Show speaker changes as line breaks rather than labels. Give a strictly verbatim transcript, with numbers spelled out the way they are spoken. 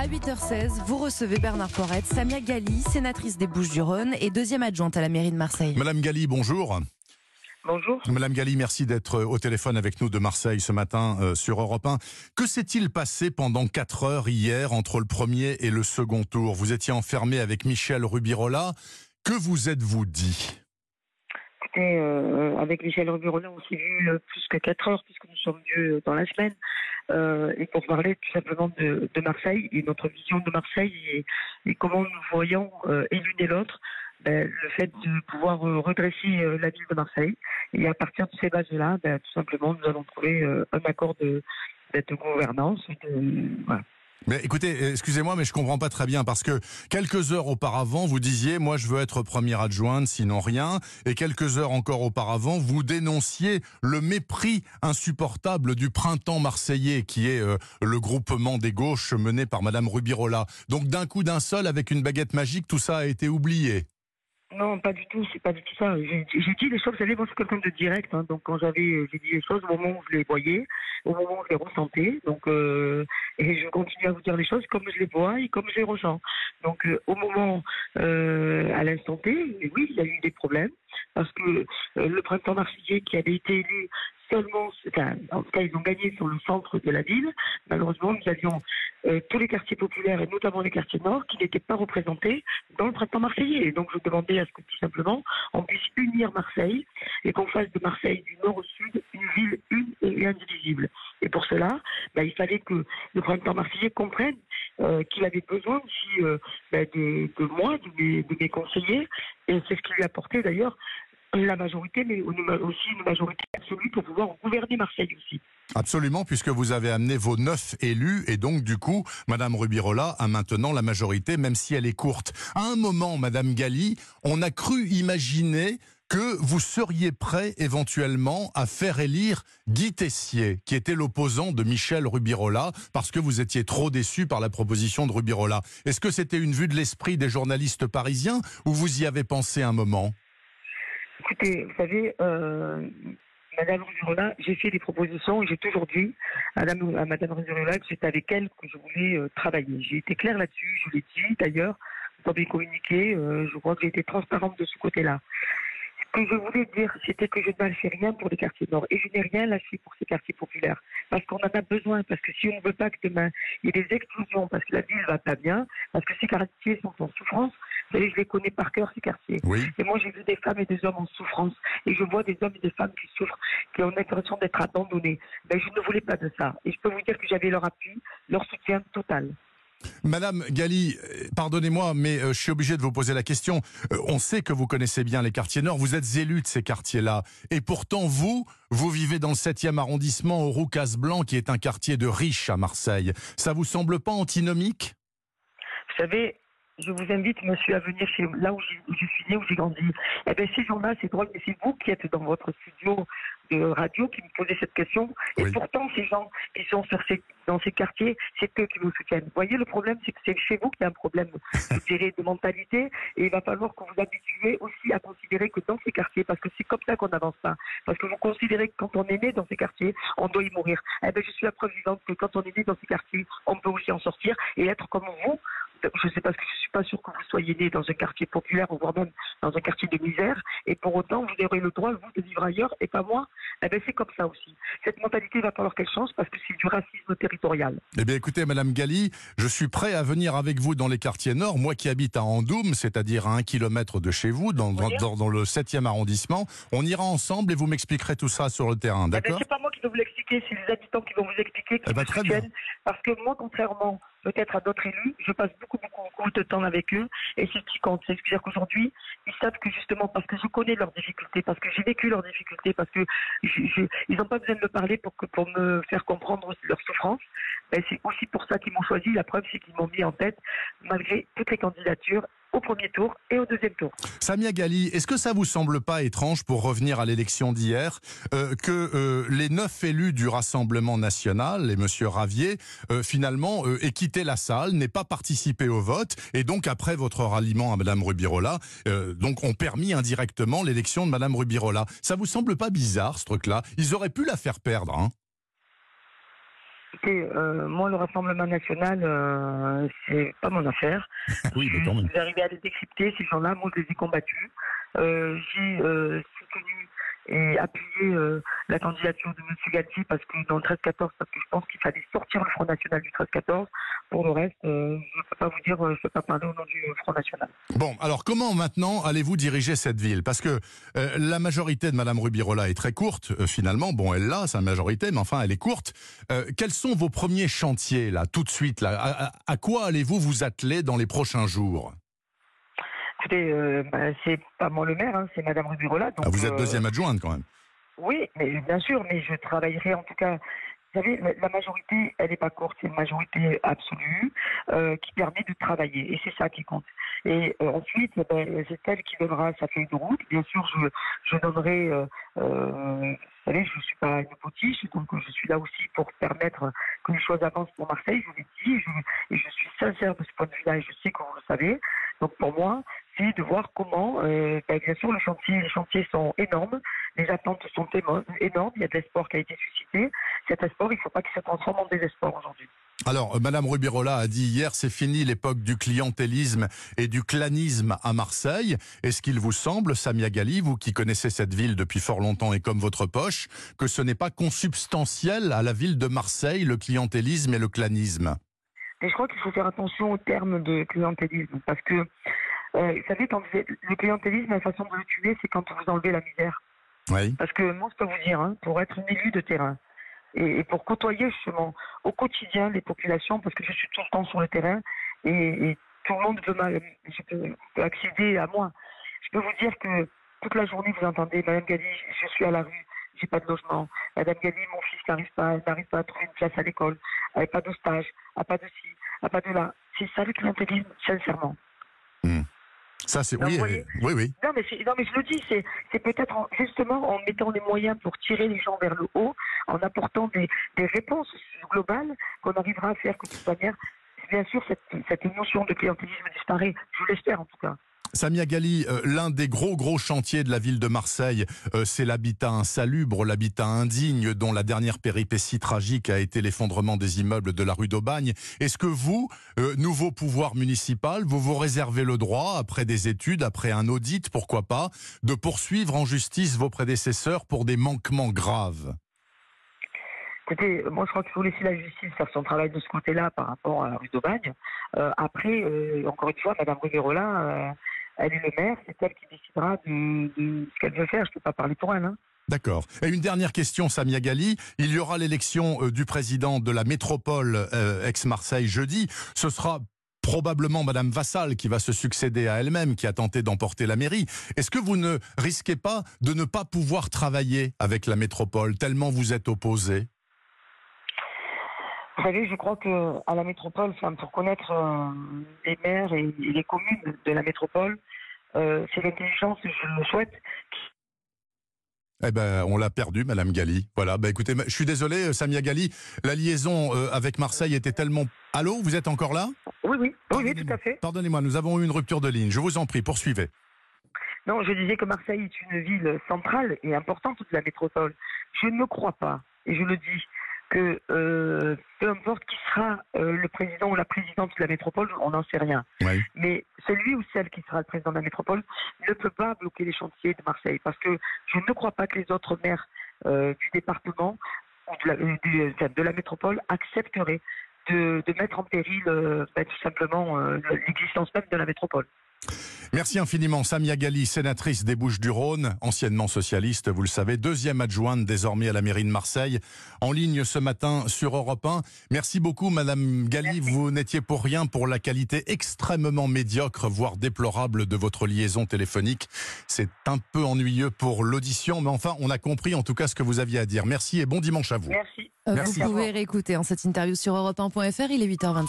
huit heures seize, vous recevez Bernard Porrette, Samia Ghali, sénatrice des Bouches-du-Rhône et deuxième adjointe à la mairie de Marseille.
Madame Ghali, bonjour.
Bonjour.
Madame Ghali, merci d'être au téléphone avec nous de Marseille ce matin euh, sur Europe un. Que s'est-il passé pendant quatre heures hier entre le premier et le second tour? Vous étiez enfermé avec Michel Rubirola. Que vous êtes-vous dit?
Écoutez, euh, avec Michel Rubirola, on s'est vu euh, plus que quatre heures puisque nous sommes venus dans la semaine. Euh, et pour parler tout simplement de, de Marseille et notre vision de Marseille et, et comment nous voyons euh, et l'une et l'autre ben, le fait de pouvoir euh, redresser euh, la ville de Marseilles. Et à partir de ces bases-là, ben, tout simplement, nous allons trouver euh, un accord de, de gouvernance. De, voilà.
Mais écoutez, excusez-moi, mais je comprends pas très bien parce que quelques heures auparavant, vous disiez, moi je veux être première adjointe, sinon rien. Et quelques heures encore auparavant, vous dénonciez le mépris insupportable du printemps marseillais, qui est euh, le groupement des gauches mené par Madame Rubirola. Donc d'un coup d'un seul, avec une baguette magique, tout ça a été oublié.
Non, pas du tout, c'est pas du tout ça. J'ai, j'ai dit les choses, vous savez, moi je suis quelqu'un de direct, hein, donc quand j'avais, j'ai dit les choses au moment où je les voyais, au moment où je les ressentais, donc euh, et je continue à vous dire les choses comme je les vois et comme je les ressens. Donc euh, au moment, euh, à l'instant T, oui, il y a eu des problèmes, parce que euh, le printemps marseillais qui avait été élu seulement, enfin, en tout cas ils ont gagné sur le centre de la ville, malheureusement nous avions euh, tous les quartiers populaires et notamment les quartiers nord qui n'étaient pas représentés dans le printemps marseillais. Et donc je demandais à ce que tout simplement on puisse unir Marseille et qu'on fasse de Marseille du nord au sud une ville une et indivisible. Et pour cela, bah, il fallait que le printemps marseillais comprenne euh, qu'il avait besoin aussi euh, bah, de, de moi, de mes, de mes conseillers, et c'est ce qui lui a apporté d'ailleurs la majorité, mais aussi une majorité absolue pour pouvoir gouverner Marseille aussi.
Absolument, puisque vous avez amené vos neuf élus, et donc du coup, Madame Rubirola a maintenant la majorité, même si elle est courte. À un moment, Madame Ghali, on a cru imaginer que vous seriez prêt éventuellement à faire élire Guy Tessier, qui était l'opposant de Michel Rubirola, parce que vous étiez trop déçu par la proposition de Rubirola. Est-ce que c'était une vue de l'esprit des journalistes parisiens, ou vous y avez pensé un moment ?
Écoutez, vous savez, euh, Madame Rubirola, j'ai fait des propositions et j'ai toujours dit à, la, à Madame Rubirola que c'était avec elle que je voulais euh, travailler. J'ai été claire là-dessus, je l'ai dit d'ailleurs, dans mes communiqués, euh, je crois que j'ai été transparente de ce côté-là. Ce que je voulais dire, c'était que je ne lâchais rien pour les quartiers nord et je n'ai rien lâché pour ces quartiers populaires. Parce qu'on en a besoin, parce que si on ne veut pas que demain il y ait des explosions, parce que la ville va pas bien, parce que ces quartiers sont en souffrance, vous savez, je les connais par cœur, ces quartiers.
Oui.
Et moi, j'ai vu des femmes et des hommes en souffrance. Et je vois des hommes et des femmes qui souffrent, qui ont l'impression d'être abandonnés. Mais je ne voulais pas de ça. Et je peux vous dire que j'avais leur appui, leur soutien total.
Madame Ghali, pardonnez-moi, mais je suis obligé de vous poser la question. On sait que vous connaissez bien les quartiers nord, vous êtes élu de ces quartiers-là. Et pourtant, vous, vous vivez dans le septième arrondissement, au Roucas-Blanc, qui est un quartier de riches à Marseille. Ça vous semble pas antinomique ?
Vous savez, je vous invite, monsieur, à venir chez là où, où je suis né, où j'ai grandi. Eh bien, ces gens-là, c'est drôle, mais c'est vous qui êtes dans votre studio de radio qui me posez cette question. Et oui. Pourtant, ces gens qui sont sur ces, dans ces quartiers, c'est eux qui vous soutiennent. Vous voyez, le problème, c'est que c'est chez vous qu'il y a un problème, je dirais, de mentalité. Et il va falloir que vous habituez aussi à considérer que dans ces quartiers, parce que c'est comme ça qu'on n'avance pas. Parce que vous considérez que quand on est né dans ces quartiers, on doit y mourir. Eh bien, je suis la preuve vivante que quand on est né dans ces quartiers, on peut aussi en sortir et être comme vous. Je ne sais pas, parce que je ne suis pas sûre que vous soyez né dans un quartier populaire, voire même dans un quartier de misère, et pour autant, vous aurez le droit, vous, de vivre ailleurs, et pas moi. Eh bien, c'est comme ça aussi. Cette mentalité, il va falloir qu'elle change, parce que c'est du racisme territorial.
Eh bien, écoutez, Madame Ghali, je suis prêt à venir avec vous dans les quartiers nord, moi qui habite à Andoum, c'est-à-dire à un kilomètre de chez vous, dans, dans, dans, dans le septième arrondissement. On ira ensemble et vous m'expliquerez tout ça sur le terrain, d'accord ?
Eh bien, c'est pas moi qui vais vous l'expliquer, c'est les habitants qui vont vous expliquer, qui
eh bien,
vous
très
soutiennent,
bien.
Parce que moi, contrairement peut-être à d'autres élus, je passe beaucoup, beaucoup, beaucoup de temps avec eux, et c'est ce qui compte. C'est-à-dire qu'aujourd'hui, ils savent que justement, parce que je connais leurs difficultés, parce que j'ai vécu leurs difficultés, parce que je, je, ils n'ont pas besoin de me parler pour, que, pour me faire comprendre leurs souffrances, ben c'est aussi pour ça qu'ils m'ont choisi. La preuve, c'est qu'ils m'ont mis en tête, malgré toutes les candidatures, au premier tour et au deuxième tour.
Samia Ghali, est-ce que ça vous semble pas étrange, pour revenir à l'élection d'hier, euh, que euh, les neuf élus du Rassemblement National, et Monsieur Ravier, euh, finalement, euh, aient quitté la salle, n'aient pas participé au vote, et donc après votre ralliement à Madame Rubirola, euh, donc ont permis indirectement l'élection de Madame Rubirola. Ça vous semble pas bizarre, ce truc-là ? Ils auraient pu la faire perdre, hein ?
Écoutez, euh, moi, le Rassemblement national, euh, c'est pas mon affaire.
Oui, mais quand même.
Je suis arrivé à les décrypter, ces gens-là. Moi, je les ai combattus. Euh, j'ai euh, soutenu et appuyé euh, la candidature de M. Gatti parce que dans le treize quatorze, parce que je pense qu'il fallait sortir le Front National du treize quatorze. Pour le reste, euh, je ne peux pas vous dire, euh, je ne peux pas parler au nom du Front National.
Bon, alors comment maintenant allez-vous diriger cette ville? Parce que euh, la majorité de Mme Rubirola est très courte, euh, finalement. Bon, elle l'a, sa majorité, mais enfin, elle est courte. Euh, quels sont vos premiers chantiers, là, tout de suite là à, à, à quoi allez-vous vous atteler dans les prochains jours?
Écoutez, euh, bah, c'est pas moi le maire, hein, c'est Mme Rubirola. Donc,
ah, Vous êtes
euh,
deuxième adjointe, quand même.
Oui, mais bien sûr, mais je travaillerai en tout cas. Vous savez, la- la majorité, elle n'est pas courte, c'est une majorité absolue euh, qui permet de travailler. Et c'est ça qui compte. Et euh, ensuite, eh ben, c'est elle qui donnera sa feuille de route. Bien sûr, je, je donnerai... Euh, euh, vous savez, je ne suis pas une potiche, donc je suis là aussi pour permettre que les choses avancent pour Marseille, je vous l'ai dit, et je, et je suis sincère de ce point de vue-là, et je sais que vous le savez. Donc pour moi, c'est de voir comment, euh, ben, bien sûr, le chantier, les chantiers sont énormes, les attentes sont émo- énormes, il y a de l'espoir qui a été suscité. Cet espoir, il ne faut pas qu'il se transforme en désespoir aujourd'hui.
Alors, euh, Mme Rubirola a dit hier, c'est fini l'époque du clientélisme et du clanisme à Marseille. Est-ce qu'il vous semble, Samia Ghali, vous qui connaissez cette ville depuis fort longtemps et comme votre poche, que ce n'est pas consubstantiel à la ville de Marseille, le clientélisme et le clanisme?
Mais je crois qu'il faut faire attention au terme de clientélisme, parce que, euh, vous savez, quand vous êtes, le clientélisme, la façon de le tuer, c'est quand vous enlevez la misère.
Oui.
Parce que moi, je peux vous dire, hein, pour être une élue de terrain, et, et pour côtoyer justement au quotidien les populations, parce que je suis tout le temps sur le terrain, et, et tout le monde veut, m'a- je peux, peut accéder à moi. Je peux vous dire que toute la journée, vous entendez, Madame Ghali, je suis à la rue, j'ai pas de logement. Madame Ghali, mon fils n'arrive pas, n'arrive pas à trouver une place à l'école, elle n'a pas de stage, elle n'a pas de ci, elle n'a pas de là. C'est ça le clientélisme, sincèrement.
Hmm. Ça, c'est...
Non,
Oui,
vous
euh,
voyez
oui, oui.
Non mais, c'est- non, mais je le dis, c'est, c'est peut-être en- justement en mettant les moyens pour tirer les gens vers le haut, en apportant des, des réponses globales, qu'on arrivera à faire que de toute manière, bien sûr, cette, cette notion de clientélisme disparaît. Je l'espère en tout cas.
Samia Ghali, euh, l'un des gros gros chantiers de la ville de Marseille, euh, c'est l'habitat insalubre, l'habitat indigne, dont la dernière péripétie tragique a été l'effondrement des immeubles de la rue d'Aubagne. Est-ce que vous, euh, nouveau pouvoir municipal, vous vous réservez le droit, après des études, après un audit, pourquoi pas, de poursuivre en justice vos prédécesseurs pour des manquements graves?
Écoutez, moi je crois qu'il faut laisser la justice faire son travail de ce côté-là par rapport à la rue d'Aubagne. Euh, après, euh, encore une fois, Madame Rubirola, euh, elle est le maire, c'est elle qui décidera de, de ce qu'elle veut faire. Je ne peux pas parler pour elle. Hein.
D'accord. Et une dernière question, Samia Ghali. Il y aura l'élection euh, du président de la métropole euh, ex-Marseille jeudi. Ce sera probablement Madame Vassal qui va se succéder à elle-même, qui a tenté d'emporter la mairie. Est-ce que vous ne risquez pas de ne pas pouvoir travailler avec la métropole, tellement vous êtes opposés?
Vous savez, je crois que à la métropole, enfin, pour connaître euh, les maires et, et les communes de la métropole, euh, c'est l'intelligence, je le souhaite.
Eh ben, on l'a perdu, Madame Ghali. Voilà. Ben, écoutez, je suis désolé, euh, Samia Ghali. La liaison euh, avec Marseille était tellement. Allô, vous êtes encore là?
Oui, oui, oui, oui, tout à fait.
Pardonnez-moi, nous avons eu une rupture de ligne. Je vous en prie, poursuivez.
Non, je disais que Marseille est une ville centrale et importante de la métropole. Je ne crois pas, et je le dis, que euh, peu importe qui sera euh, le président ou la présidente de la métropole, on n'en sait rien.
Oui.
Mais celui ou celle qui sera le président de la métropole ne peut pas bloquer les chantiers de Marseille, parce que je ne crois pas que les autres maires euh, du département ou de la, euh, du- enfin, de la métropole accepteraient de, de mettre en péril euh, ben, tout simplement euh, l'existence même de la métropole.
Merci infiniment, Samia Ghali, sénatrice des Bouches-du-Rhône, anciennement socialiste, vous le savez, deuxième adjointe désormais à la mairie de Marseille, en ligne ce matin sur Europe un. Merci beaucoup, Madame Ghali,
Merci.
vous n'étiez pour rien pour la qualité extrêmement médiocre, voire déplorable de votre liaison téléphonique. C'est un peu ennuyeux pour l'audition, mais enfin, on a compris en tout cas ce que vous aviez à dire. Merci et bon dimanche à vous.
Merci.
Euh,
Merci.
Vous pouvez réécouter en cette interview sur europe un point f r, il est huit heures vingt.